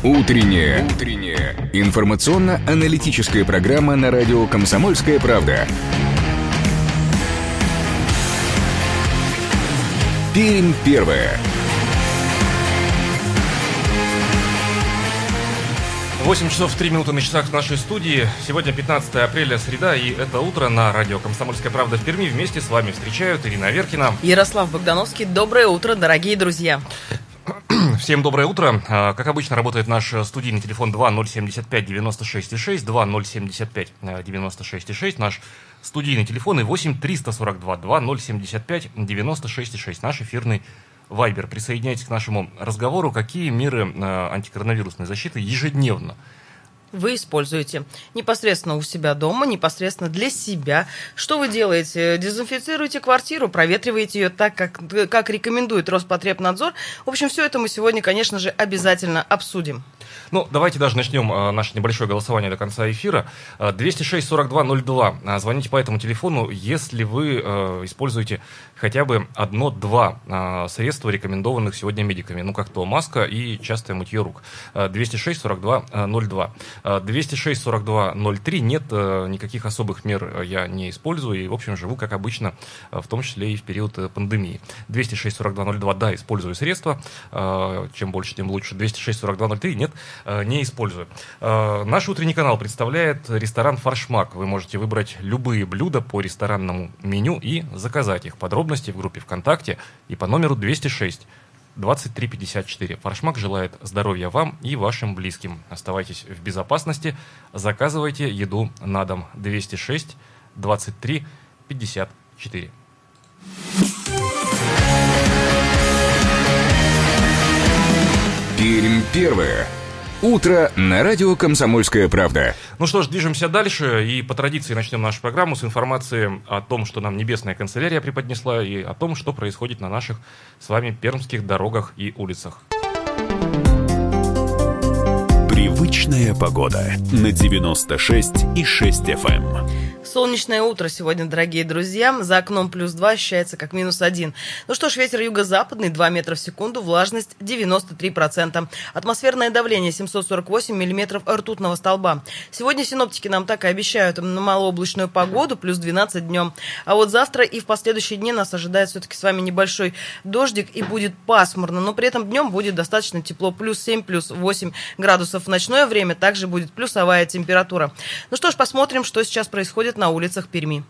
Утренняя информационно-аналитическая программа на радио «Комсомольская правда». Пермь первая. 8 часов 3 минуты на часах в нашей студии. Сегодня 15 апреля, среда, и это утро на радио «Комсомольская правда» в Перми. Вместе с вами встречают Ирина Аверкина, Ярослав Богдановский. Доброе утро, дорогие друзья. Всем доброе утро. Как обычно, работает наш студийный телефон 2075-96-6, 2075-96-6, наш студийный телефон, и 8-342-2075-96-6, наш эфирный Вайбер. Присоединяйтесь к нашему разговору. Какие меры антикоронавирусной защиты ежедневно вы используете непосредственно у себя дома, непосредственно для себя? Что вы делаете? Дезинфицируете квартиру, проветриваете ее так, как рекомендует Роспотребнадзор. В общем, все это мы сегодня, конечно же, обязательно обсудим. Ну, давайте даже начнем наше небольшое голосование до конца эфира. 206-42-02. Звоните по этому телефону, если вы используете хотя бы одно-два средства, рекомендованных сегодня медиками. Ну, как то маска и частое мытье рук. 206-42-02. 206-42-03. Нет, никаких особых мер я не использую. И, в общем, живу, как обычно, в том числе и в период пандемии. 206-42-02. Да, использую средства. Чем больше, тем лучше. 206-42-03. Нет, не использую. Наш утренний канал представляет ресторан «Форшмак». Вы можете выбрать любые блюда по ресторанному меню и заказать их. Подробности в группе ВКонтакте и по номеру 206-23-54. «Форшмак» желает здоровья вам и вашим близким. Оставайтесь в безопасности. Заказывайте еду на дом. 206-23-54. Пермь первая. Утро на радио «Комсомольская правда». Ну что ж, движемся дальше, и по традиции начнем нашу программу с информации о том, что нам небесная канцелярия преподнесла, и о том, что происходит на наших с вами пермских дорогах и улицах. Привычная погода на 96,6 FM. Солнечное утро сегодня, дорогие друзья. За окном +2, ощущается как -1. Ну что ж, ветер юго-западный, 2 метра в секунду, влажность 93%. Атмосферное давление 748 миллиметров ртутного столба. Сегодня синоптики нам так и обещают малооблачную погоду, +12 днем. А вот завтра и в последующие дни нас ожидает все-таки с вами небольшой дождик и будет пасмурно. Но при этом днем будет достаточно тепло, +7, +8 градусов. В ночное время также будет плюсовая температура. Ну что ж, посмотрим, что сейчас происходит на улицах Перми.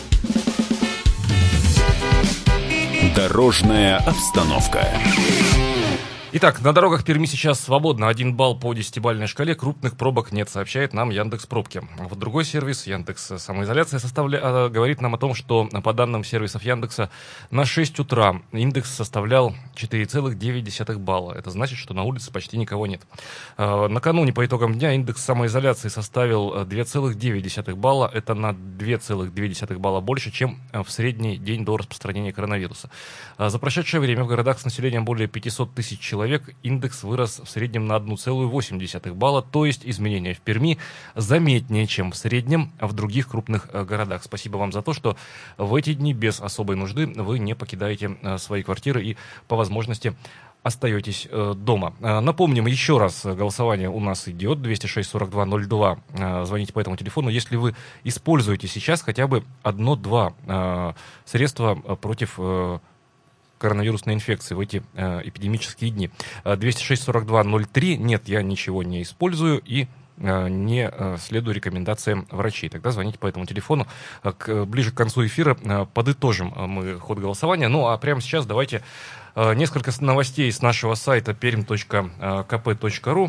Дорожная обстановка. Итак, на дорогах Перми сейчас свободно 1 балл по 10-бальной шкале, крупных пробок нет, сообщает нам Яндекс.Пробки. Вот другой сервис, Яндекс Самоизоляция, говорит нам о том, что по данным сервисов Яндекса на 6 утра индекс составлял 4,9 балла. Это значит, что на улице почти никого нет. Накануне по итогам дня индекс самоизоляции составил 2,9 балла. Это на 2,2 балла больше, чем в средний день до распространения коронавируса. За прошедшее время в городах с населением более 500 тысяч человек индекс вырос в среднем на 1,8 балла, то есть изменения в Перми заметнее, чем в среднем в других крупных городах. Спасибо вам за то, что в эти дни без особой нужды вы не покидаете свои квартиры и по возможности остаетесь дома. Напомним еще раз, голосование у нас идет 206-42-02. Звоните по этому телефону, если вы используете сейчас хотя бы одно-два средства против коронавирусной инфекции в эти эпидемические дни. 206-42-03. Нет, я ничего не использую и не следую рекомендациям врачей. Тогда звоните по этому телефону. Ближе к концу эфира подытожим мы ход голосования. Ну, а прямо сейчас давайте несколько новостей с нашего сайта perm.kp.ru.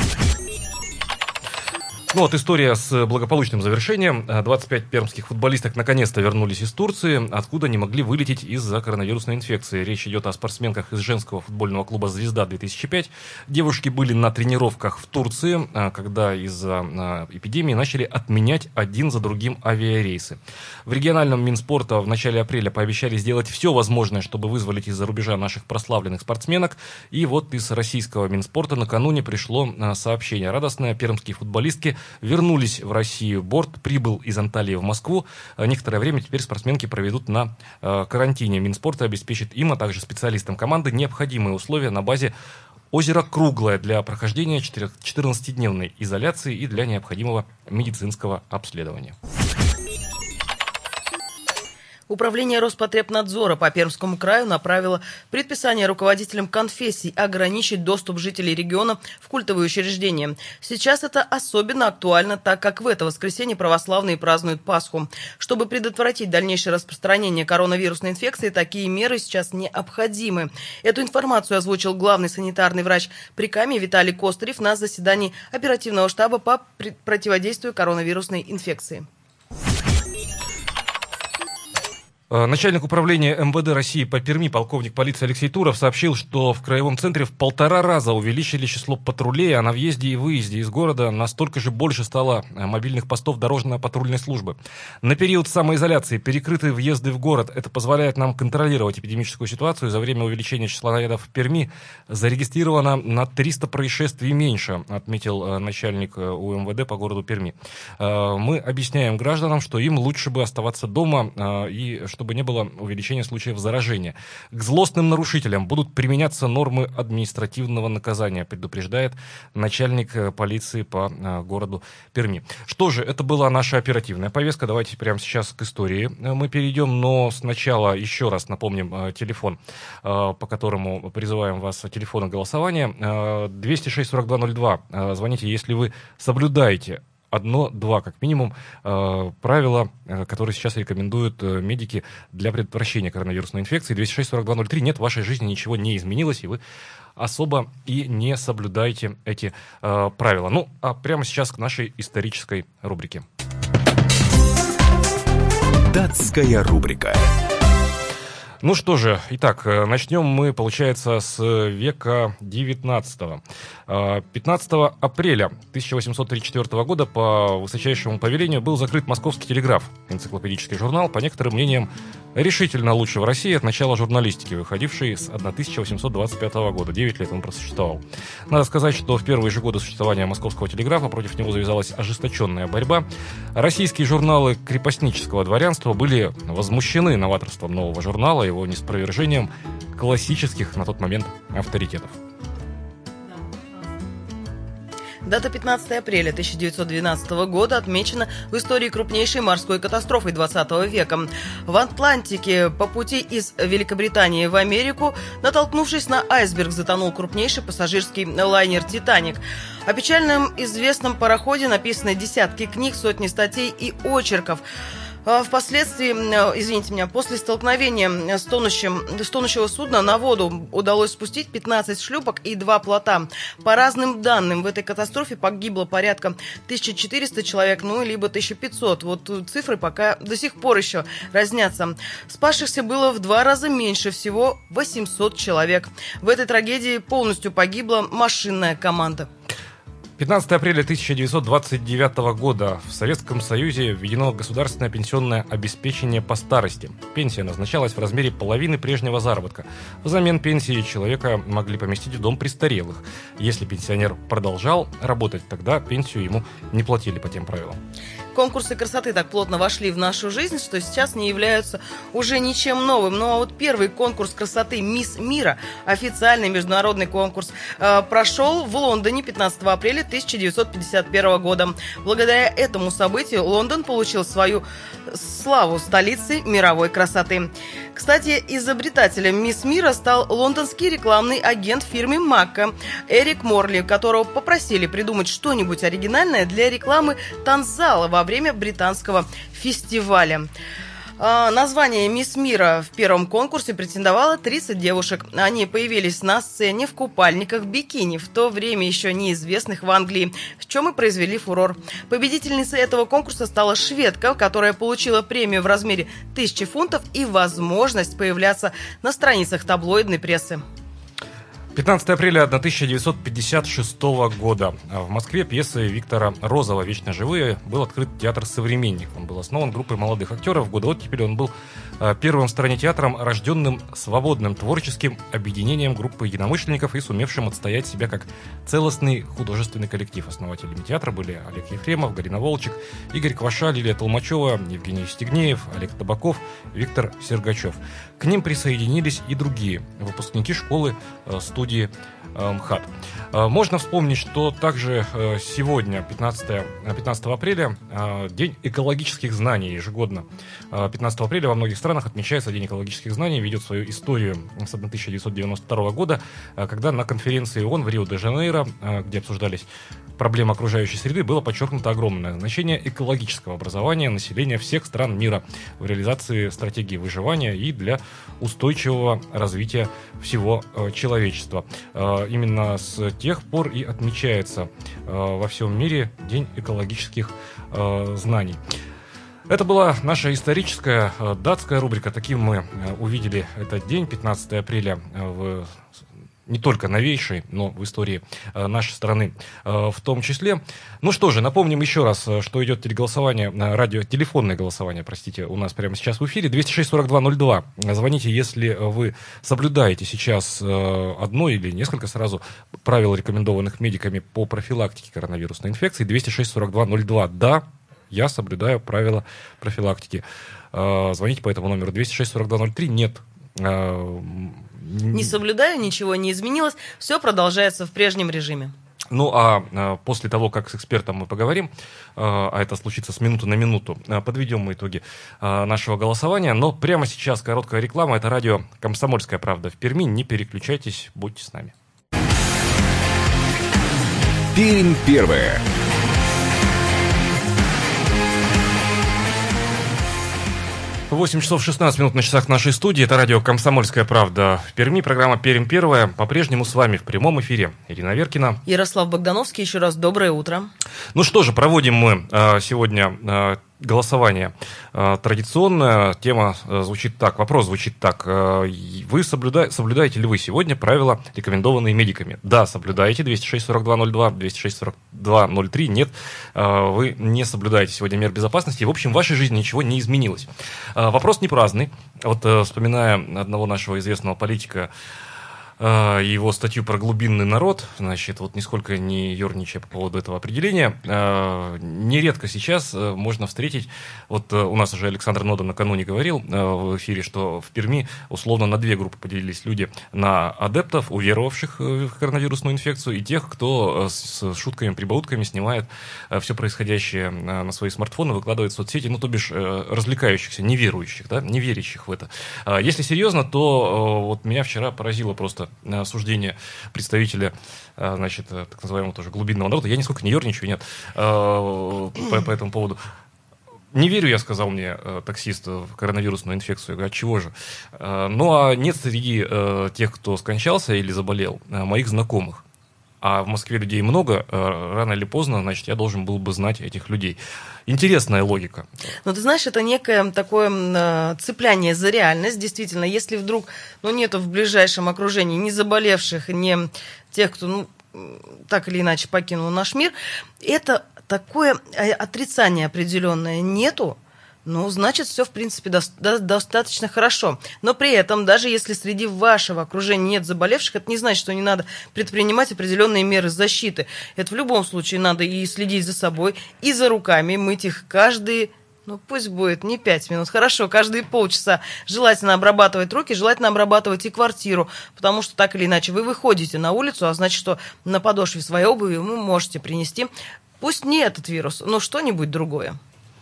Ну вот история с благополучным завершением. 25 пермских футболисток наконец-то вернулись из Турции, откуда не могли вылететь из-за коронавирусной инфекции. Речь идет о спортсменках из женского футбольного клуба «Звезда-2005». Девушки были на тренировках в Турции, когда из-за эпидемии начали отменять один за другим авиарейсы. В региональном Минспорта в начале апреля пообещали сделать все возможное, чтобы вызволить из-за рубежа наших прославленных спортсменок. И вот из российского Минспорта накануне пришло сообщение радостное. Пермские футболистки вернулись в Россию. Борт прибыл из Анталии в Москву. Некоторое время теперь спортсменки проведут на карантине. Минспорт обеспечит им, а также специалистам команды необходимые условия на базе Озеро круглое для прохождения 14-дневной изоляции и для необходимого медицинского обследования. Управление Роспотребнадзора по Пермскому краю направило предписание руководителям конфессий ограничить доступ жителей региона в культовые учреждения. Сейчас это особенно актуально, так как в это воскресенье православные празднуют Пасху. Чтобы предотвратить дальнейшее распространение коронавирусной инфекции, такие меры сейчас необходимы. Эту информацию озвучил главный санитарный врач при КАМе Виталий Костырев на заседании оперативного штаба по противодействию коронавирусной инфекции. Начальник управления МВД России по Перми полковник полиции Алексей Туров сообщил, что в краевом центре в 1,5 раза увеличили число патрулей, а на въезде и выезде из города настолько же больше стало мобильных постов дорожно-патрульной службы. На период самоизоляции перекрыты въезды в город. Это позволяет нам контролировать эпидемическую ситуацию. За время увеличения числа нарядов в Перми зарегистрировано на 300 происшествий меньше, отметил начальник УМВД по городу Перми. Мы объясняем гражданам, что им лучше бы оставаться дома и чтобы не было увеличения случаев заражения. К злостным нарушителям будут применяться нормы административного наказания, предупреждает начальник полиции по городу Перми. Что же, это была наша оперативная повестка. Давайте прямо сейчас к истории мы перейдем, но сначала еще раз напомним телефон, по которому призываем вас, телефона голосования, 206-4202. Звоните, если вы соблюдаете одно-два, как минимум, правила, которые сейчас рекомендуют медики для предотвращения коронавирусной инфекции. 206-4203. Нет, в вашей жизни ничего не изменилось, и вы особо и не соблюдаете эти правила. Ну, а прямо сейчас к нашей исторической рубрике. Датская рубрика. Ну что же, итак, начнем мы, получается, с века 19-го. 15 апреля 1834 года по высочайшему повелению был закрыт Московский телеграф, энциклопедический журнал, по некоторым мнениям, решительно лучший в России от начала журналистики, выходивший с 1825 года. 9 лет он просуществовал. Надо сказать, что в первые же годы существования Московского телеграфа против него завязалась ожесточенная борьба. Российские журналы крепостнического дворянства были возмущены новаторством нового журнала, его неспровержением классических на тот момент авторитетов. Дата 15 апреля 1912 года отмечена в истории крупнейшей морской катастрофой 20 века. В Атлантике по пути из Великобритании в Америку, натолкнувшись на айсберг, затонул крупнейший пассажирский лайнер «Титаник». О печальном известном пароходе написаны десятки книг, сотни статей и очерков. Впоследствии, после столкновения с тонущего судна на воду удалось спустить 15 шлюпок и 2 плота. По разным данным, в этой катастрофе погибло порядка 1400 человек, либо 1500. Вот цифры пока до сих пор еще разнятся. Спасшихся было в 2 раза меньше, всего 800 человек. В этой трагедии полностью погибла машинная команда. 15 апреля 1929 года в Советском Союзе введено государственное пенсионное обеспечение по старости. Пенсия назначалась в размере половины прежнего заработка. Взамен пенсии человека могли поместить в дом престарелых. Если пенсионер продолжал работать, тогда пенсию ему не платили по тем правилам. Конкурсы красоты так плотно вошли в нашу жизнь, что сейчас не являются уже ничем новым. Ну а вот первый конкурс красоты «Мисс Мира», официальный международный конкурс, прошел в Лондоне 15 апреля 1951 года. Благодаря этому событию Лондон получил свою славу столицы мировой красоты. Кстати, изобретателем «Мисс Мира» стал лондонский рекламный агент фирмы Макка Эрик Морли, которого попросили придумать что-нибудь оригинальное для рекламы танцзала во время британского фестиваля. На звание «Мисс Мира» в первом конкурсе претендовало 30 девушек. Они появились на сцене в купальниках бикини, в то время еще неизвестных в Англии, в чем и произвели фурор. Победительницей этого конкурса стала шведка, которая получила премию в размере 1000 фунтов и возможность появляться на страницах таблоидной прессы. 15 апреля 1956 года в Москве пьесой Виктора Розова «Вечно живые» был открыт театр «Современник». Он был основан группой молодых актеров. В годы оттепели он был первым в стране театром, рожденным свободным творческим объединением группы единомышленников и сумевшим отстоять себя как целостный художественный коллектив. Основателями театра были Олег Ефремов, Галина Волчек, Игорь Кваша, Лилия Толмачева, Евгений Стегнеев, Олег Табаков, Виктор Сергачев. К ним присоединились и другие выпускники школы студии студии МХАТ. Можно вспомнить, что также сегодня, 15 апреля, День экологических знаний ежегодно. 15 апреля во многих странах отмечается День экологических знаний, ведет свою историю с 1992 года, когда на конференции ООН в Рио-де-Жанейро, где обсуждались проблемы окружающей среды, было подчеркнуто огромное значение экологического образования населения всех стран мира в реализации стратегии выживания и для устойчивого развития всего человечества. Именно с тех пор и отмечается во всем мире День экологических знаний. Это была наша историческая датская рубрика. Таким мы увидели этот день, 15 апреля, в не только новейшей, но в истории нашей страны в том числе. Ну что же, напомним еще раз, что идет телеголосование, телефонное голосование, простите, у нас прямо сейчас в эфире. 206-42-02. Звоните, если вы соблюдаете сейчас одно или несколько сразу правил, рекомендованных медиками по профилактике коронавирусной инфекции. 206-42-02. Да, я соблюдаю правила профилактики. Звоните по этому номеру. 206-42-03. Нет. Не соблюдаю, ничего не изменилось, все продолжается в прежнем режиме. Ну, а после того, как с экспертом мы поговорим, а это случится с минуты на минуту, подведем мы итоги нашего голосования. Но прямо сейчас короткая реклама. Это радио «Комсомольская правда» в Перми. Не переключайтесь, будьте с нами. Пермь первая. 8 часов 16 минут на часах нашей студии. Это радио «Комсомольская правда» в Перми. Программа «Пермь первая». По-прежнему с вами в прямом эфире Ирина Веркина. Ярослав Богдановский. Еще раз доброе утро. Ну что же, проводим мы сегодня голосование традиционное. Тема звучит так, вопрос звучит так. Вы соблюдаете ли вы сегодня правила, рекомендованные медиками? Да, соблюдаете. 206-42-02, 206-42-03. Нет, вы не соблюдаете сегодня мер безопасности. В общем, в вашей жизни ничего не изменилось. Вопрос не праздный. Вот вспоминая одного нашего известного политика, его статью про глубинный народ, значит, вот нисколько не ерничая по поводу этого определения, нередко сейчас можно встретить, вот у нас уже Александр Нода накануне говорил в эфире, что в Перми условно на две группы поделились люди: на адептов, уверовавших в коронавирусную инфекцию, и тех, кто с шутками-прибаутками снимает все происходящее на свои смартфоны, выкладывает в соцсети, ну, то бишь развлекающихся, неверующих, да, не верящих в это. Если серьезно, то вот меня вчера поразило просто суждение представителя, значит, так называемого тоже глубинного народа. Я нисколько не ерничаю, нет, по этому поводу. Не верю, я сказал мне таксист, в коронавирусную инфекцию. Я говорю, а чего же? Ну, а нет среди тех, кто скончался или заболел, моих знакомых. А в Москве людей много, рано или поздно, значит, я должен был бы знать этих людей. Интересная логика. Ну, ты знаешь, это некое такое цепляние за реальность. Действительно, если вдруг нету в ближайшем окружении ни заболевших, ни тех, кто так или иначе покинул наш мир, это такое отрицание определенное нету. Ну, значит, все, в принципе, достаточно хорошо. Но при этом, даже если среди вашего окружения нет заболевших, это не значит, что не надо предпринимать определенные меры защиты. Это в любом случае надо и следить за собой, и за руками, мыть их каждые, пусть будет не 5 минут, хорошо, каждые полчаса. Желательно обрабатывать руки, желательно обрабатывать и квартиру, потому что так или иначе вы выходите на улицу, а значит, что на подошве своей обуви вы можете принести, пусть не этот вирус, но что-нибудь другое.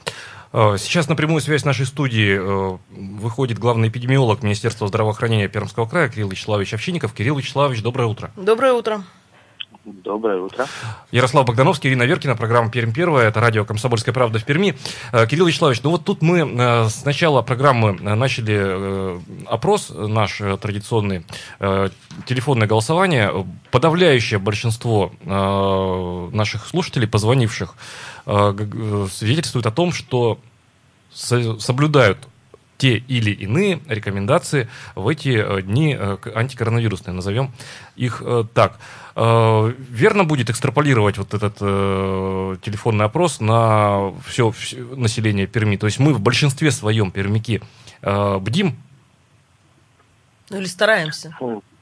Сейчас на прямую связь нашей студии выходит главный эпидемиолог Министерства здравоохранения Пермского края Кирилл Вячеславович Овчинников. Кирилл Вячеславович, доброе утро. Доброе утро. Доброе утро. Ярослав Богдановский, Ирина Веркина, программа «Пермь первая», это радио «Комсомольская правда» в Перми. Кирилл Вячеславович, вот тут мы с начала программы начали опрос наш традиционный, телефонное голосование. Подавляющее большинство наших слушателей, позвонивших, свидетельствует о том, что соблюдают те или иные рекомендации в эти дни антикоронавирусные, назовем их так. Верно будет экстраполировать вот этот телефонный опрос на все население Перми? То есть мы в большинстве своем, пермяки, бдим? Или стараемся?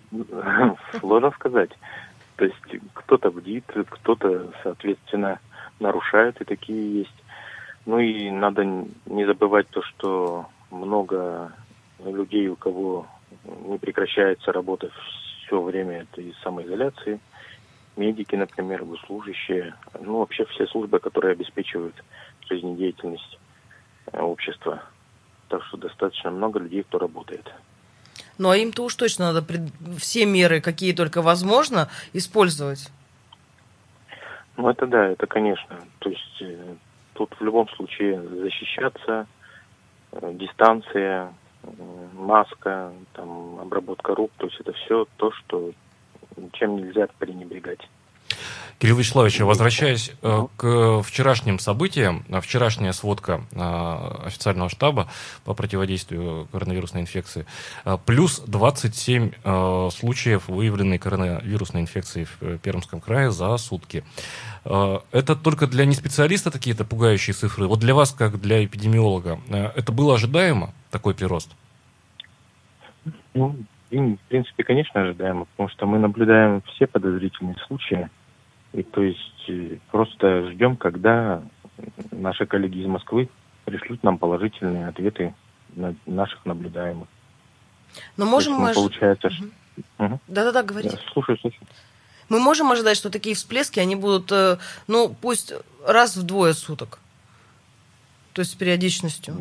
Сложно сказать. То есть кто-то бдит, кто-то, соответственно, нарушает, и такие есть. Ну и надо не забывать то, что много людей, у кого не прекращается работа все время это из самоизоляции. Медики, например, госслужащие, ну, вообще все службы, которые обеспечивают жизнедеятельность общества. Так что достаточно много людей, кто работает. Ну, а им-то уж точно надо все меры, какие только возможно, использовать. Ну, это да, это конечно. То есть тут в любом случае защищаться, дистанция, маска, там, обработка рук, то есть это все то, что чем нельзя пренебрегать. Кирилл Вячеславович, возвращаясь к вчерашним событиям, вчерашняя сводка официального штаба по противодействию коронавирусной инфекции, плюс 27 случаев выявленной коронавирусной инфекции в Пермском крае за сутки. Это только для неспециалиста какие-то пугающие цифры? Вот для вас, как для эпидемиолога, это было ожидаемо, такой прирост? Ну, в принципе, конечно, ожидаемо, потому что мы наблюдаем все подозрительные случаи. И то есть просто ждем, когда наши коллеги из Москвы пришлют нам положительные ответы на наших наблюдаемых. Но можем мы... Получается... Да-да-да, говорите. Слушаю. Мы можем ожидать, что такие всплески, они будут, ну, пусть раз в 2 суток. То есть с периодичностью.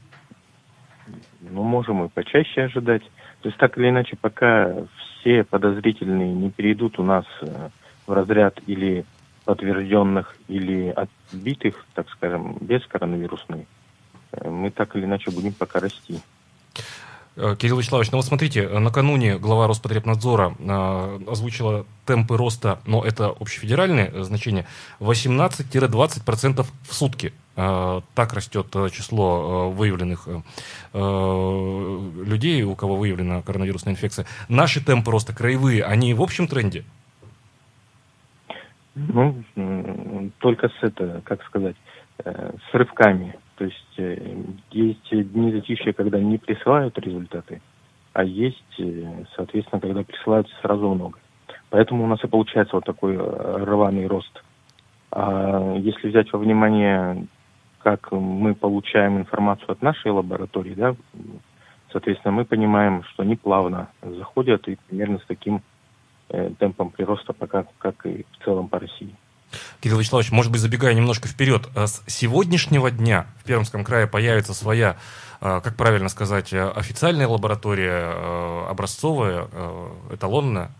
Ну, можем и почаще ожидать. То есть так или иначе, пока все подозрительные не перейдут у нас в разряд или подтвержденных, или отбитых, так скажем, без коронавирусной, мы так или иначе будем пока расти. Кирилл Вячеславович, ну вот смотрите, накануне глава Роспотребнадзора озвучила темпы роста, но это общефедеральные значения, 18-20% в сутки. Так растет число выявленных людей, у кого выявлена коронавирусная инфекция. Наши темпы роста краевые, они в общем тренде? Ну, только с рывками. То есть есть дни затишья, когда не присылают результаты, а есть, соответственно, когда присылают сразу много. Поэтому у нас и получается вот такой рваный рост. А если взять во внимание, как мы получаем информацию от нашей лаборатории, да, соответственно, мы понимаем, что они плавно заходят и примерно с таким темпом прироста, пока как и в целом по России. Кирилл Вячеславович, может быть, забегая немножко вперед, с сегодняшнего дня в Пермском крае появится своя, как правильно сказать, официальная лаборатория, образцовая, эталонная?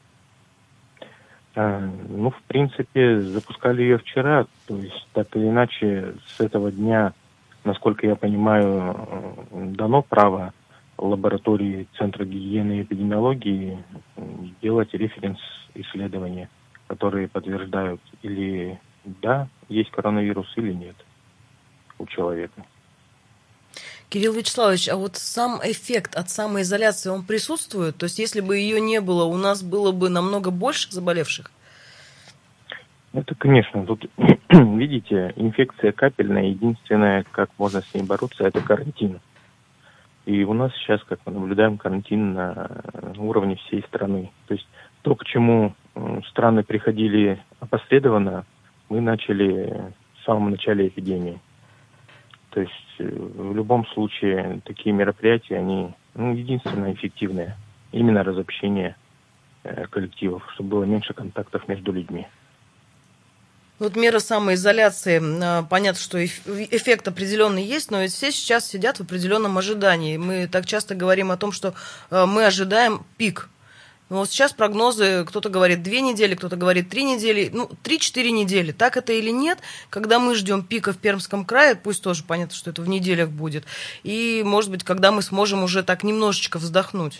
Ну, в принципе, запускали ее вчера, то есть так или иначе с этого дня, насколько я понимаю, дано право лаборатории Центра гигиены и эпидемиологии делать референс-исследования, которые подтверждают или да, есть коронавирус или нет у человека. Кирилл Вячеславович, а вот сам эффект от самоизоляции, он присутствует? То есть если бы ее не было, у нас было бы намного больше заболевших? Это, конечно, тут, видите, инфекция капельная, единственное, как можно с ней бороться, это карантин. И у нас сейчас, как мы наблюдаем, карантин на уровне всей страны. То есть то, к чему страны приходили опосредованно, мы начали в самом начале эпидемии. То есть в любом случае такие мероприятия, они единственно эффективные. Именно разобщение коллективов, чтобы было меньше контактов между людьми. Вот мера самоизоляции, понятно, что эффект определенный есть, но ведь все сейчас сидят в определенном ожидании. Мы так часто говорим о том, что мы ожидаем пик. Но вот сейчас прогнозы, кто-то говорит 2 недели, кто-то говорит 3 недели, 3-4 недели. Так это или нет, когда мы ждем пика в Пермском крае, пусть тоже понятно, что это в неделях будет, и, может быть, когда мы сможем уже так немножечко вздохнуть.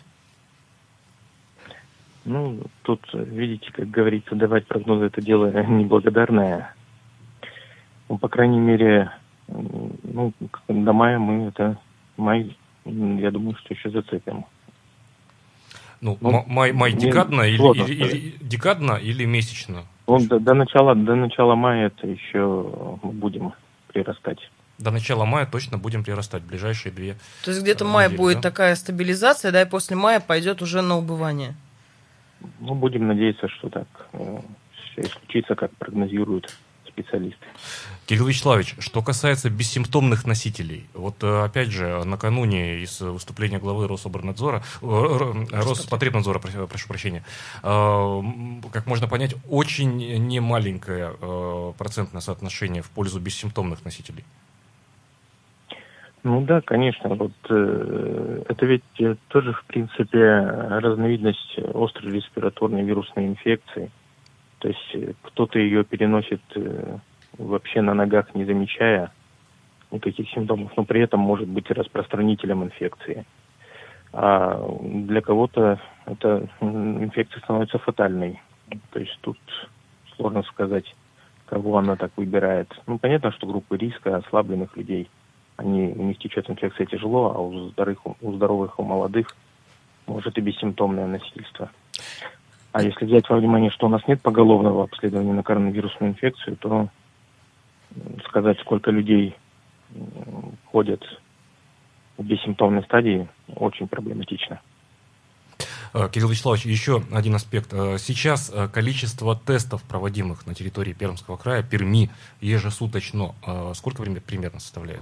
Тут, видите, как говорится, давать прогнозы – это дело неблагодарное. По крайней мере, до мая май, я думаю, что еще зацепим. Май декадно или декадно или месячно? До начала мая это еще будем прирастать. До начала мая точно будем прирастать, ближайшие 2 недели. То есть где-то май будет такая стабилизация, да, и после мая пойдет уже на убывание. Будем надеяться, что так все и случится, как прогнозируют специалисты. Кирилл Вячеславович, что касается бессимптомных носителей, вот опять же, накануне из выступления главы Роспотребнадзора, прошу прощения, как можно понять, очень немаленькое процентное соотношение в пользу бессимптомных носителей. Ну да, конечно. Вот это ведь тоже, в принципе, разновидность острой респираторной вирусной инфекции. То есть кто-то ее переносит вообще на ногах, не замечая никаких симптомов, но при этом может быть распространителем инфекции. А для кого-то эта инфекция становится фатальной. То есть тут сложно сказать, кого она так выбирает. Ну, понятно, что группы риска, ослабленных людей, у них течет инфекция тяжело, а у здоровых, у молодых может и бессимптомное носительство. А если взять во внимание, что у нас нет поголовного обследования на коронавирусную инфекцию, то сказать, сколько людей ходят в бессимптомной стадии, очень проблематично. Кирилл Вячеславович, еще один аспект. Сейчас количество тестов, проводимых на территории Пермского края, Перми, ежесуточно, сколько примерно составляет?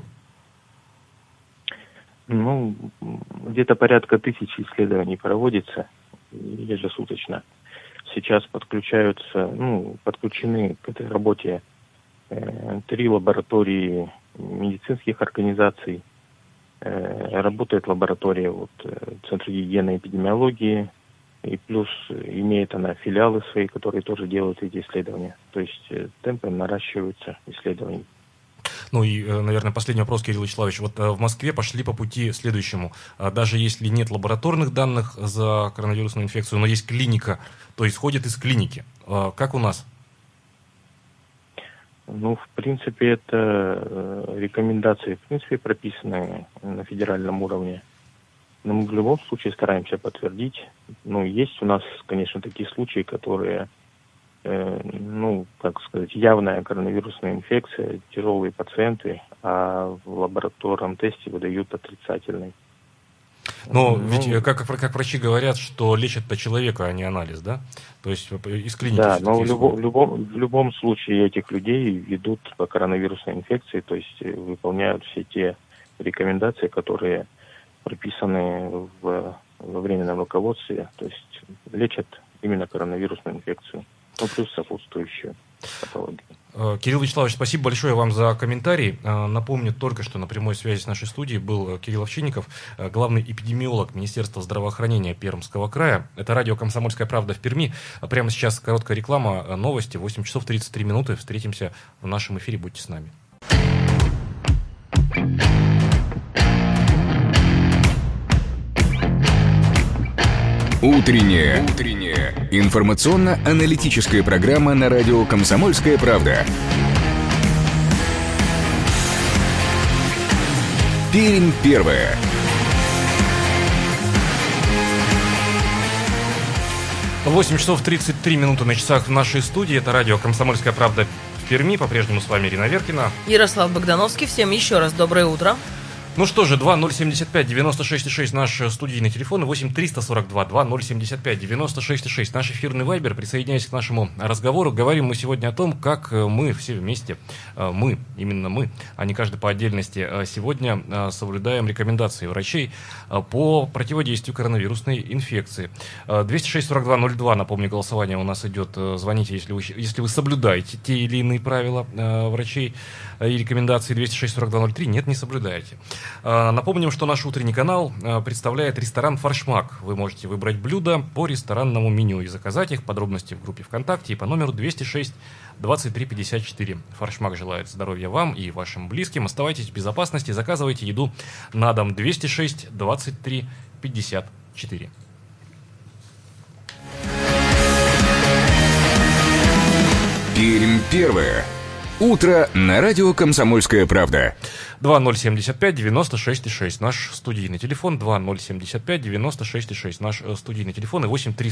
Ну, где-то порядка 1000 исследований проводится ежесуточно. Сейчас подключены к этой работе 3 лаборатории медицинских организаций. Работает лаборатория Центра гигиены и эпидемиологии, и плюс имеет она филиалы свои, которые тоже делают эти исследования. То есть темпы наращиваются исследований. Ну и, наверное, последний вопрос, Кирилл Вячеславович. Вот в Москве пошли по пути следующему. Даже если нет лабораторных данных за коронавирусную инфекцию, но есть клиника, то исходит из клиники. Как у нас? Ну, в принципе, это рекомендации, прописанные на федеральном уровне. Но мы в любом случае стараемся подтвердить. Ну, есть у нас, конечно, такие случаи, которые, явная коронавирусная инфекция, тяжелые пациенты, а в лабораторном тесте выдают отрицательный. Но ведь, как врачи говорят, что лечат-то человека, а не анализ, да? То есть из клиники. Да, но в любом случае этих людей ведут по коронавирусной инфекции, то есть выполняют все те рекомендации, которые прописаны во временном руководстве, то есть лечат именно коронавирусную инфекцию, ну плюс сопутствующую патологию. Кирилл Вячеславович, спасибо большое вам за комментарий. Напомню только, что на прямой связи с нашей студией был Кирилл Овчинников, главный эпидемиолог Министерства здравоохранения Пермского края. Это радио «Комсомольская правда» в Перми. Прямо сейчас короткая реклама, новости, 8 часов 33 минуты. Встретимся в нашем эфире, будьте с нами. Утренняя информационно-аналитическая программа на радио «Комсомольская правда». Пермь первая. Восемь часов 33 минуты на часах в нашей студии. Это радио «Комсомольская правда» в Перми. По-прежнему с вами Ирина Веркина. Ярослав Богдановский. Всем еще раз доброе утро. Ну что же, 2075-96-6 наш студийный телефон, 8-342-2075-96-6 наш эфирный вайбер. Присоединяясь к нашему разговору, говорим мы сегодня о том, как мы все вместе, именно мы, а не каждый по отдельности, сегодня соблюдаем рекомендации врачей по противодействию коронавирусной инфекции. 206-42-02, напомню, голосование у нас идет. Звоните, если вы соблюдаете те или иные правила врачей и рекомендации. 206-42-03, нет, не соблюдаете. Напомним, что наш утренний канал представляет ресторан «Форшмак». Вы можете выбрать блюда по ресторанному меню и заказать их. Подробности в группе ВКонтакте и по номеру 206-23-54. «Форшмак» желает здоровья вам и вашим близким. Оставайтесь в безопасности, заказывайте еду на дом. 206-23-54. Пермь первая. Утро на радио «Комсомольская правда». 2075-96-6. Наш студийный телефон 2075-96-6. Наш студийный телефон и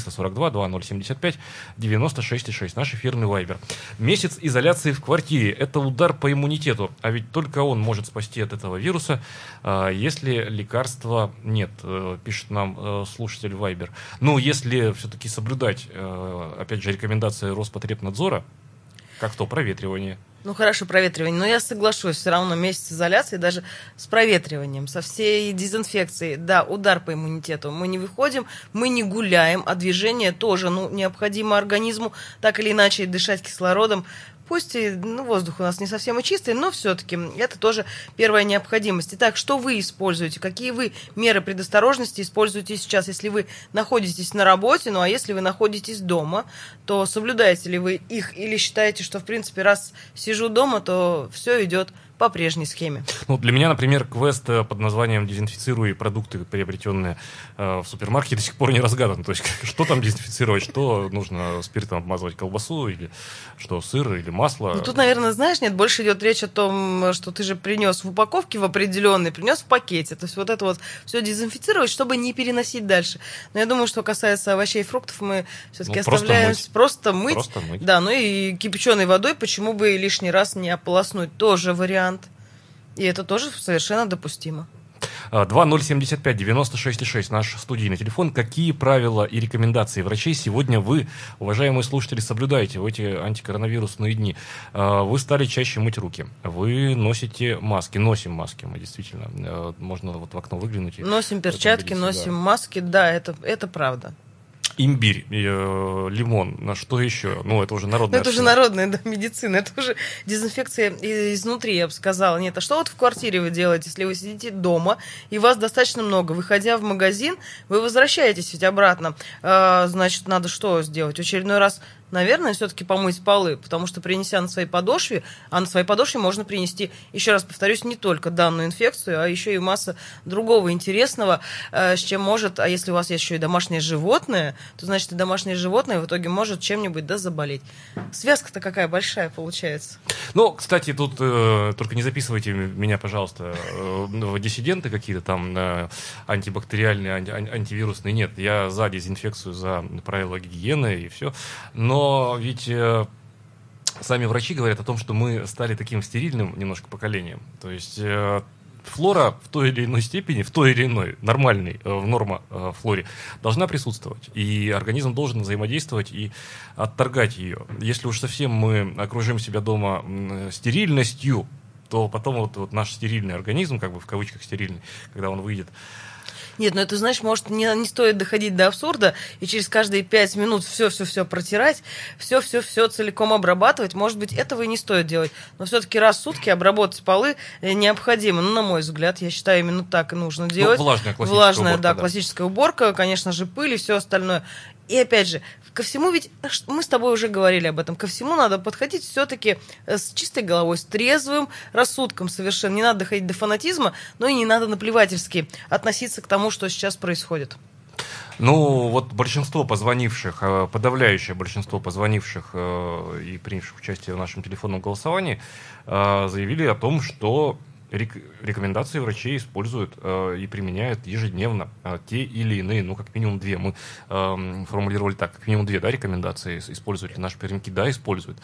8-342-2075-96-6. Наш эфирный вайбер. Месяц изоляции в квартире. Это удар по иммунитету. А ведь только он может спасти от этого вируса, если лекарства нет, пишет нам слушатель вайбер. Ну, если все-таки соблюдать, опять же, рекомендации Роспотребнадзора, как то проветривание, Ну, хорошо, проветривание. Но я соглашусь, все равно месяц изоляции, даже с проветриванием, со всей дезинфекцией, да, удар по иммунитету. Мы не выходим, мы не гуляем, а движение тоже, необходимо организму так или иначе дышать кислородом. Пусть воздух у нас не совсем и чистый, но все-таки это тоже первая необходимость. Итак, что вы используете? Какие вы меры предосторожности используете сейчас, если вы находитесь на работе, а если вы находитесь дома, то соблюдаете ли вы их или считаете, что, в принципе, раз сижу дома, то все идет по прежней схеме? Для меня, например, квест под названием «Дезинфицируй продукты, приобретенные в супермаркете», до сих пор не разгадан. То есть, что там дезинфицировать, что нужно спиртом обмазывать колбасу, или что, сыр, или масло. Тут, наверное, больше идет речь о том, что ты же принес в упаковке в определенной, принес в пакете. То есть, вот это вот все дезинфицировать, чтобы не переносить дальше. Но я думаю, что касается овощей и фруктов, мы все-таки оставляем просто мыть. Да, и кипяченой водой, почему бы лишний раз не ополоснуть, тоже вариант. И это тоже совершенно допустимо. 2075-96-6, наш студийный телефон. Какие правила и рекомендации врачей сегодня вы, уважаемые слушатели, соблюдаете в эти антикоронавирусные дни? Вы стали чаще мыть руки, вы носите маски, носим маски, мы действительно, можно в окно выглянуть. Носим перчатки, носим маски, да, это правда. Имбирь, лимон, что еще? Это уже народная. Это уже народная медицина, это уже дезинфекция изнутри, я бы сказала. Нет, а что вот в квартире вы делаете, если вы сидите дома, и вас достаточно много? Выходя в магазин, вы возвращаетесь ведь обратно. Значит, надо что сделать? В очередной раз, наверное, все-таки помыть полы, потому что, принеся на своей подошве, а на своей подошве можно принести, еще раз повторюсь, не только данную инфекцию, а еще и масса другого интересного, с чем может, а если у вас есть еще и домашнее животное, то, значит, и домашнее животное в итоге может чем-нибудь заболеть. Связка-то какая большая получается. Кстати, тут только не записывайте меня, пожалуйста, в диссиденты какие-то там антибактериальные, антивирусные. Нет, я за дезинфекцию, за правила гигиены и все. Но ведь сами врачи говорят о том, что мы стали таким стерильным немножко поколением. То есть флора в той или иной степени, в той или иной нормальной норма флоре должна присутствовать. И организм должен взаимодействовать и отторгать ее. Если уж совсем мы окружим себя дома стерильностью, то потом вот наш стерильный организм, как бы в кавычках стерильный, когда он выйдет. Нет, это, знаешь, может, не стоит доходить до абсурда и через каждые 5 минут все протирать, все целиком обрабатывать. Может быть, этого и не стоит делать. Но все-таки раз в сутки обработать полы необходимо. На мой взгляд, я считаю, именно так и нужно делать. Влажная классическая уборка. Классическая уборка, конечно же, пыль и все остальное. И опять же, ко всему ведь, мы с тобой уже говорили об этом, ко всему надо подходить все-таки с чистой головой, с трезвым рассудком совершенно. Не надо доходить до фанатизма, но и не надо наплевательски относиться к тому, что сейчас происходит. Большинство позвонивших, подавляющее большинство позвонивших и принявших участие в нашем телефонном голосовании заявили о том, что рекомендации врачей используют и применяют ежедневно те или иные, как минимум 2. Мы формулировали так, как минимум 2, рекомендации. Используют ли наши пермяки? Да, используют.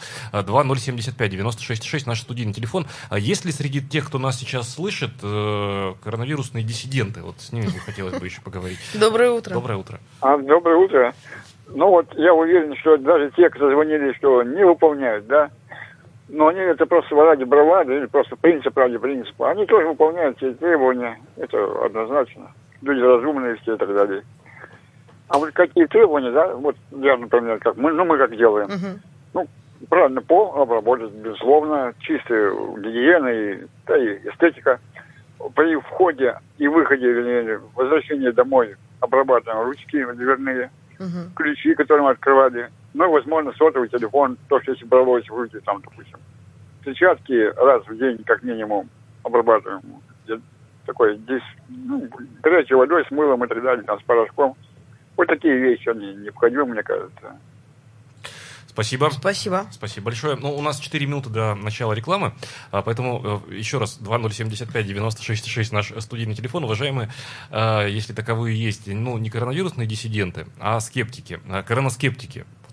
2075-96-6, наш студийный телефон. Есть ли среди тех, кто нас сейчас слышит, коронавирусные диссиденты? С ними бы хотелось бы еще поговорить. Доброе утро. Доброе утро. Доброе утро. Я уверен, что даже те, кто звонили, что не выполняют, но они это просто ради бравады или просто принцип ради принципа. Они тоже выполняют все требования. Это однозначно. Люди разумные все и так далее. А вот какие требования, я, например, как мы как делаем. Правильно пол обработать, безусловно, чистая гигиена и эстетика. При входе и выходе, возвращении домой обрабатываем ручки дверные, ключи, которые мы открывали. Возможно, сотовый телефон, то, что если бралось в руки, допустим. Перчатки раз в день, как минимум, обрабатываем. Здесь, горячей водой, с мылом и так далее, с порошком. Вот такие вещи, они необходимы, мне кажется. Спасибо. Спасибо большое. У нас 4 минуты до начала рекламы, поэтому еще раз 2075-96-6 наш студийный телефон. Уважаемые, если таковые есть, не коронавирусные диссиденты, а скептики, коронаскептики.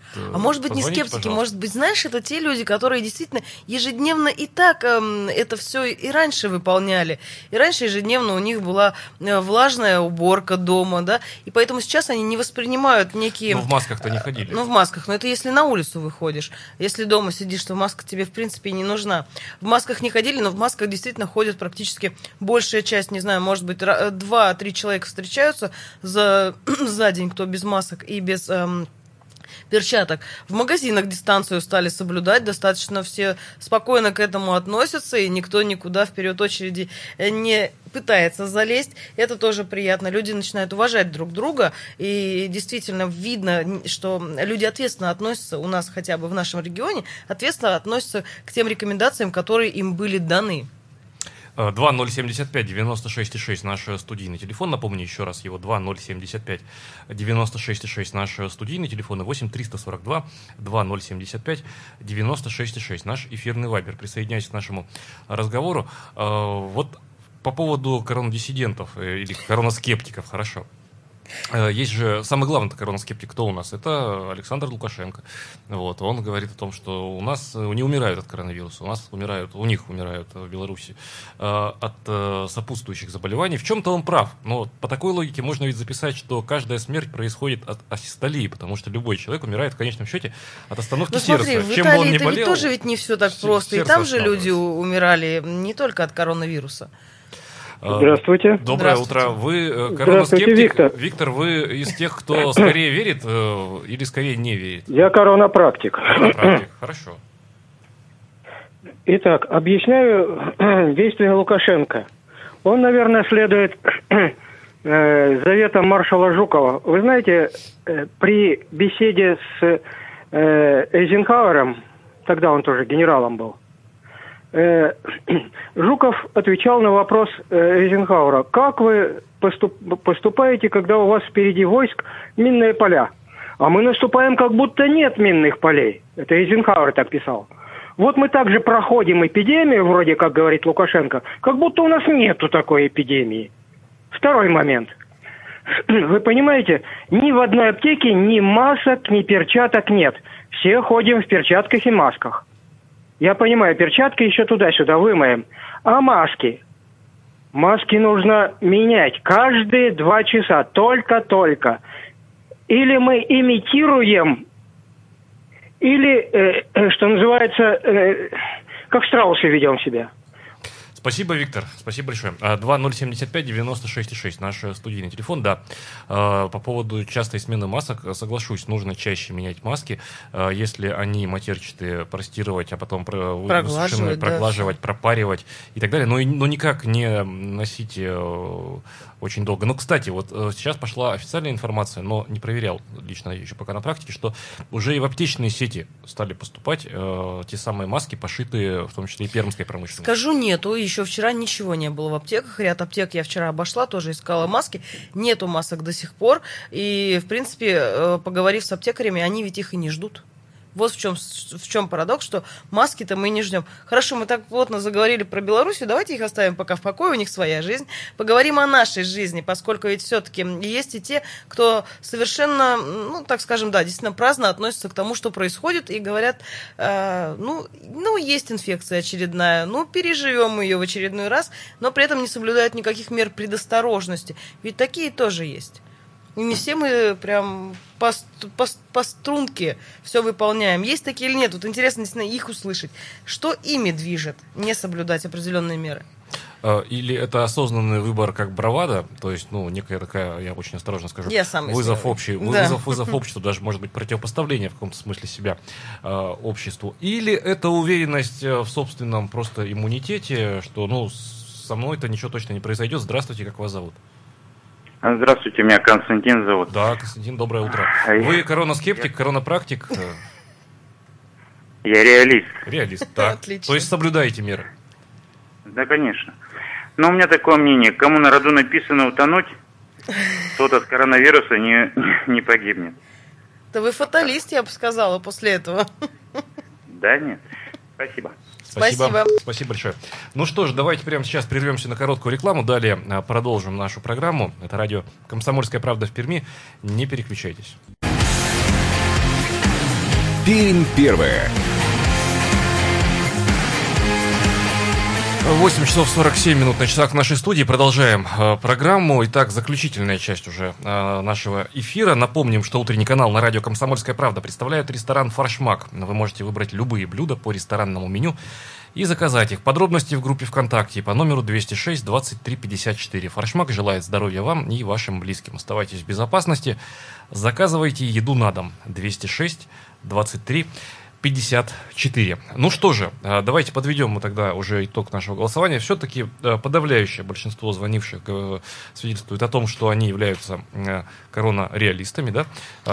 А может быть, не позвоните, скептики, пожалуйста. может быть, знаешь, это те люди, которые действительно ежедневно и так это все и раньше выполняли. И раньше ежедневно у них была влажная уборка дома, да, и поэтому сейчас они не воспринимают некие... Ну, в масках-то не ходили. Ну, в масках, но это если на улицу выходишь. Если дома сидишь, то маска тебе, в принципе, не нужна. В масках не ходили, но в масках действительно ходят практически большая часть, не знаю, может быть, 2-3 человека встречаются за день, кто без масок и без перчаток. В магазинах дистанцию стали соблюдать, достаточно все спокойно к этому относятся, и никто никуда вперед очереди не пытается залезть. Это тоже приятно. Люди начинают уважать друг друга, и действительно видно, что люди ответственно относятся, у нас хотя бы в нашем регионе, ответственно относятся к тем рекомендациям, которые им были даны. 2075-96-6 наш студийный телефон. Напомню еще раз его. 2075-96-6 наш студийный телефон. И 8-342-2075-96-6 наш эфирный вайбер. Присоединяйтесь к нашему разговору. Вот по поводу коронадиссидентов или коронаскептиков, хорошо. Есть же самый главный коронаскептик, кто у нас? Это Александр Лукашенко. Вот, он говорит о том, что у нас не умирают от коронавируса, у них умирают в Беларуси от сопутствующих заболеваний. В чем-то он прав, но по такой логике можно ведь записать, что каждая смерть происходит от асистолии, потому что любой человек умирает в конечном счете от остановки сердца. Смотри, в Чем бы он ни Италии-то болел, ведь тоже ведь не все так просто, и сердце там же останавливается. люди умирали не только от коронавируса. Здравствуйте. Доброе Здравствуйте. утро. Вы Здравствуйте, коронаскептик. Виктор. Виктор, вы из тех, кто скорее верит или скорее не верит? Я коронапрактик. Коронапрактик. Хорошо. Итак, объясняю действия Лукашенко. Он, наверное, следует заветам маршала Жукова. Вы знаете, при беседе с Эйзенхауэром, тогда он тоже генералом был, Жуков отвечал на вопрос Эйзенхауэра: как вы поступаете, когда у вас впереди войск минные поля? А мы наступаем, как будто нет минных полей. Это Эйзенхауэр так писал. Вот мы также проходим эпидемию, вроде как говорит Лукашенко, как будто у нас нету такой эпидемии. Второй момент. Вы понимаете, ни в одной аптеке ни масок, ни перчаток нет. Все ходим в перчатках и масках. Я понимаю, перчатки еще туда-сюда вымоем. А маски? Маски нужно менять каждые 2 часа. Только-только. Или мы имитируем, или, что называется, как страусы ведем себя. Спасибо, Виктор. Спасибо большое. 2075-96-6 наш студийный телефон. Да, по поводу частой смены масок соглашусь, нужно чаще менять маски, если они матерчатые, простировать, а потом высушенные, проглаживать, пропаривать и так далее. Но никак не носить очень долго. Но, кстати, вот сейчас пошла официальная информация, но не проверял лично еще пока на практике, что уже и в аптечные сети стали поступать те самые маски, пошитые в том числе и пермской промышленностью. Скажу, нету. Еще вчера ничего не было в аптеках. Ряд аптек я вчера обошла, тоже искала маски. Нету масок до сих пор. И, в принципе, поговорив с аптекарями, они ведь их и не ждут. Вот в чем парадокс, что маски-то мы не ждем. Хорошо, мы так плотно заговорили про Белоруссию, давайте их оставим пока в покое, у них своя жизнь. Поговорим о нашей жизни, поскольку ведь все-таки есть и те, кто совершенно, ну, так скажем, да, действительно праздно относятся к тому, что происходит, и говорят, есть инфекция очередная, переживем ее в очередной раз, но при этом не соблюдают никаких мер предосторожности. Ведь такие тоже есть. И не все мы прям по струнке все выполняем. Есть такие или нет? Вот интересно действительно их услышать. Что ими движет не соблюдать определенные меры? Или это осознанный выбор как бравада, то есть, некая такая, я очень осторожно скажу, вызов обществу, даже, может быть, противопоставление в каком-то смысле себя обществу. Или это уверенность в собственном просто иммунитете, что, со мной-то ничего точно не произойдет. Здравствуйте, как вас зовут? Здравствуйте, меня Константин зовут. Да, Константин, доброе утро. Вы коронаскептик, коронапрактик? Я реалист. Реалист, так. Отлично. То есть соблюдаете меры? Да, конечно. Но у меня такое мнение, кому на роду написано утонуть, тот от коронавируса не погибнет. Да вы фаталист, я бы сказала, после этого. Да, нет. Спасибо. Спасибо большое. Ну что ж, давайте прямо сейчас прервемся на короткую рекламу. Далее продолжим нашу программу. Это радио «Комсомольская правда» в Перми. Не переключайтесь. Пермь первая. 8 часов 47 минут на часах в нашей студии. Продолжаем программу. Итак, заключительная часть уже нашего эфира. Напомним, что утренний канал на радио «Комсомольская правда» представляет ресторан «Форшмак». Вы можете выбрать любые блюда по ресторанному меню и заказать их. Подробности в группе ВКонтакте по номеру 206 23 54. «Форшмак» желает здоровья вам и вашим близким. Оставайтесь в безопасности. Заказывайте еду на дом. 206 23 54. Ну что же, давайте подведем мы тогда уже итог нашего голосования. Все-таки подавляющее большинство звонивших свидетельствует о том, что они являются коронареалистами, да,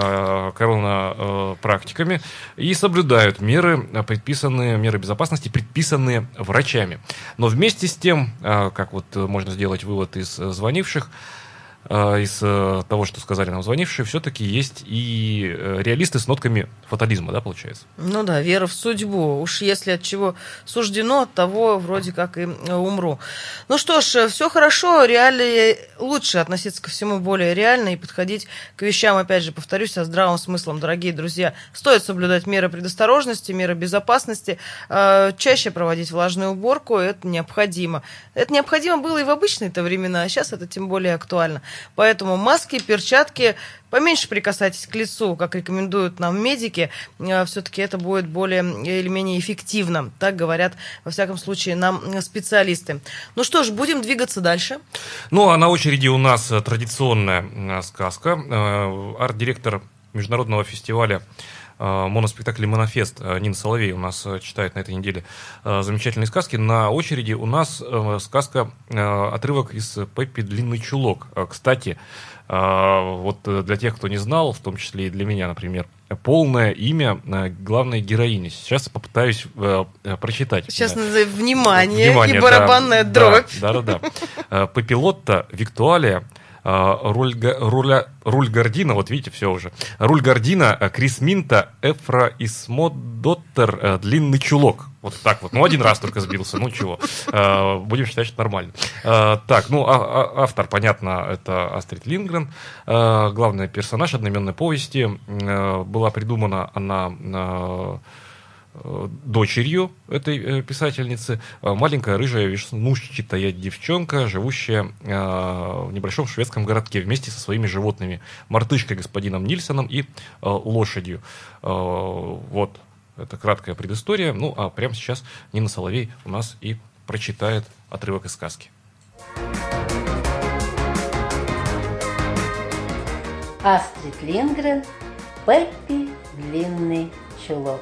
коронапрактиками и соблюдают меры безопасности, предписанные врачами. Но вместе с тем, как вот можно сделать вывод из звонивших, из того, что сказали нам звонившие, все-таки есть и реалисты с нотками фатализма, да, получается? Ну да, вера в судьбу. Уж если от чего суждено, от того вроде как и умру. Ну что ж, все хорошо, реалии лучше относиться ко всему более реально и подходить к вещам, опять же, повторюсь, со здравым смыслом, дорогие друзья. Стоит соблюдать меры предосторожности, меры безопасности, чаще проводить влажную уборку, это необходимо. Это необходимо было и в обычные-то времена, а сейчас это тем более актуально. Поэтому маски, перчатки, поменьше прикасайтесь к лицу, как рекомендуют нам медики, все-таки это будет более или менее эффективно, так говорят, во всяком случае, нам специалисты. Ну что ж, будем двигаться дальше. Ну, а на очереди у нас традиционная сказка. Арт-директор международного фестиваля моноспектакль «Монофест» Нина Соловей у нас читает на этой неделе замечательные сказки. На очереди у нас сказка, отрывок из «Пеппи Длинный чулок». Кстати, вот для тех, кто не знал, в том числе и для меня, например, полное имя главной героини. Сейчас попытаюсь прочитать. Сейчас надо внимание и барабанная дробь. Да. Пеппилотта Виктуалия, Рульгардина, вот видите, все уже. Рульгардина, Крисминта, Эфраисмодоттер, Длинный чулок. Вот так вот. Ну, один раз только сбился. Ну, чего. Будем считать, что нормально. Так, ну, автор, понятно, это Астрид Линдгрен. Главный персонаж одноименной повести. Была придумана она дочерью этой писательницы, маленькая рыжая веснушчатая девчонка, живущая в небольшом шведском городке вместе со своими животными, мартышкой господином Нильсоном и лошадью. Вот, это краткая предыстория. Ну, а прямо сейчас Нина Соловей у нас и прочитает отрывок из сказки. Астрид Линдгрен, Пеппи Длинный чулок.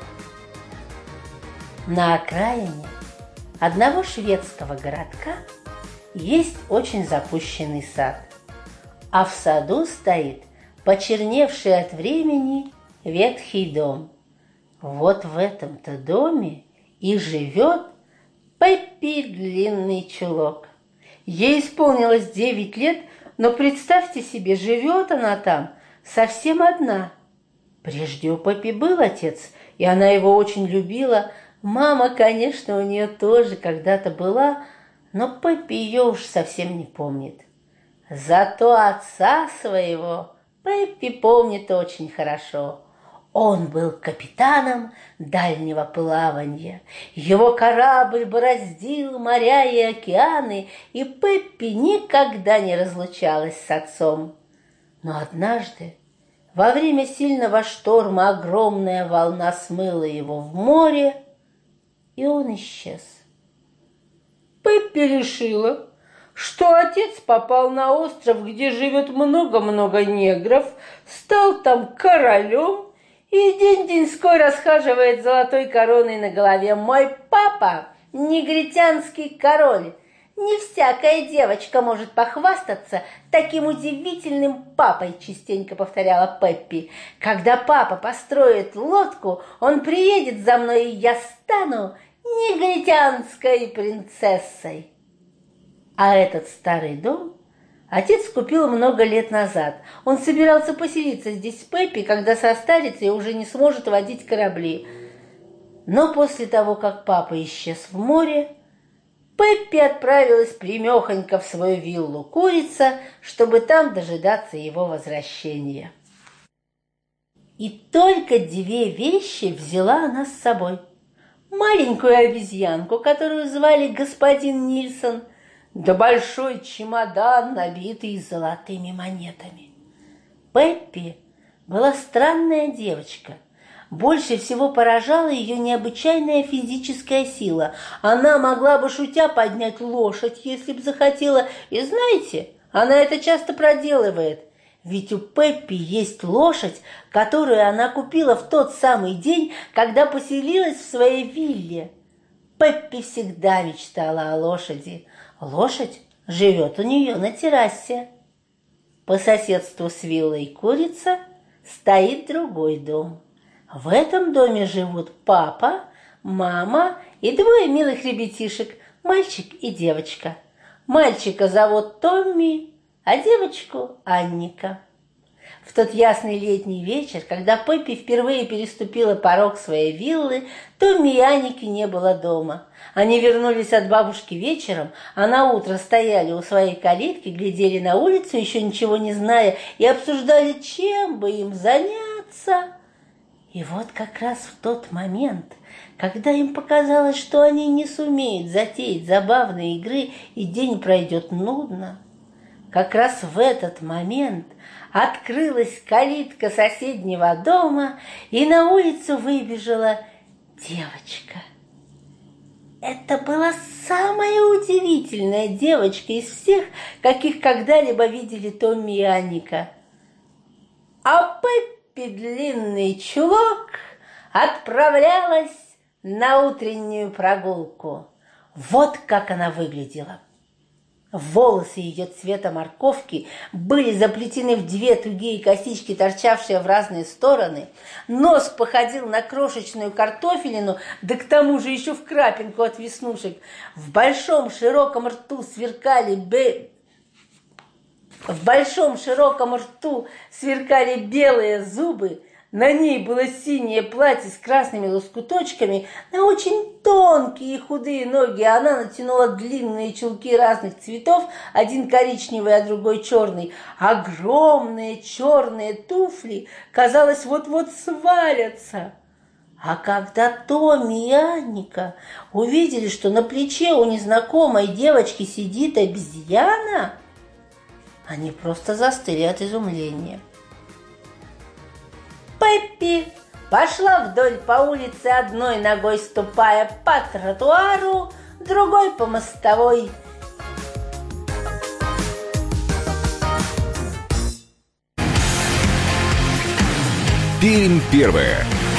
На окраине одного шведского городка есть очень запущенный сад, а в саду стоит почерневший от времени ветхий дом. Вот в этом-то доме и живет Пеппи Длинный чулок. Ей исполнилось 9 лет, но представьте себе, живет она там совсем одна. Прежде у Пеппи был отец, и она его очень любила. Мама, конечно, у нее тоже когда-то была, но Пеппи ее уж совсем не помнит. Зато отца своего Пеппи помнит очень хорошо. Он был капитаном дальнего плавания. Его корабль бороздил моря и океаны, и Пеппи никогда не разлучалась с отцом. Но однажды, во время сильного шторма, огромная волна смыла его в море, и он исчез. Пеппи решила, что отец попал на остров, где живет много-много негров, стал там королем и день-деньской расхаживает с золотой короной на голове. Мой папа – негритянский король. Не всякая девочка может похвастаться таким удивительным папой, частенько повторяла Пеппи. Когда папа построит лодку, он приедет за мной, и я стану негритянской принцессой. А этот старый дом отец купил много лет назад. Он собирался поселиться здесь с Пеппи, когда состарится и уже не сможет водить корабли. Но после того, как папа исчез в море, Пеппи отправилась прямехонько в свою виллу «Курица», чтобы там дожидаться его возвращения. И только 2 вещи взяла она с собой. Маленькую обезьянку, которую звали господин Нильсон, да большой чемодан, набитый золотыми монетами. Пеппи была странная девочка. Больше всего поражала ее необычайная физическая сила. Она могла бы, шутя, поднять лошадь, если бы захотела. И знаете, она это часто проделывает. Ведь у Пеппи есть лошадь, которую она купила в тот самый день, когда поселилась в своей вилле. Пеппи всегда мечтала о лошади. Лошадь живет у нее на террасе. По соседству с виллой Курица стоит другой дом. В этом доме живут папа, мама и 2 милых ребятишек, мальчик и девочка. Мальчика зовут Томми, а девочку Анника. В тот ясный летний вечер, когда Пеппи впервые переступила порог своей виллы, Томми и Анники не было дома. Они вернулись от бабушки вечером, а на утро стояли у своей калитки, глядели на улицу, еще ничего не зная, и обсуждали, чем бы им заняться. И вот как раз в тот момент, когда им показалось, что они не сумеют затеять забавные игры и день пройдет нудно, как раз в этот момент открылась калитка соседнего дома, и на улицу выбежала девочка. Это была самая удивительная девочка из всех, каких когда-либо видели Томми и Анника. А Пеппи длинный чулок отправлялась на утреннюю прогулку. Вот как она выглядела. Волосы ее цвета морковки были заплетены в 2 тугие косички, торчавшие в разные стороны. Нос походил на крошечную картофелину, да к тому же еще в крапинку от веснушек. В большом широком рту сверкали белые зубы. На ней было синее платье с красными лоскуточками, на очень тонкие и худые ноги она натянула длинные чулки разных цветов, один коричневый, а другой черный. Огромные черные туфли, казалось, вот-вот свалятся. А когда Томми и Анника увидели, что на плече у незнакомой девочки сидит обезьяна, они просто застыли от изумления. Пеппи пошла вдоль по улице, одной ногой ступая по тротуару, другой по мостовой. Пермь первая.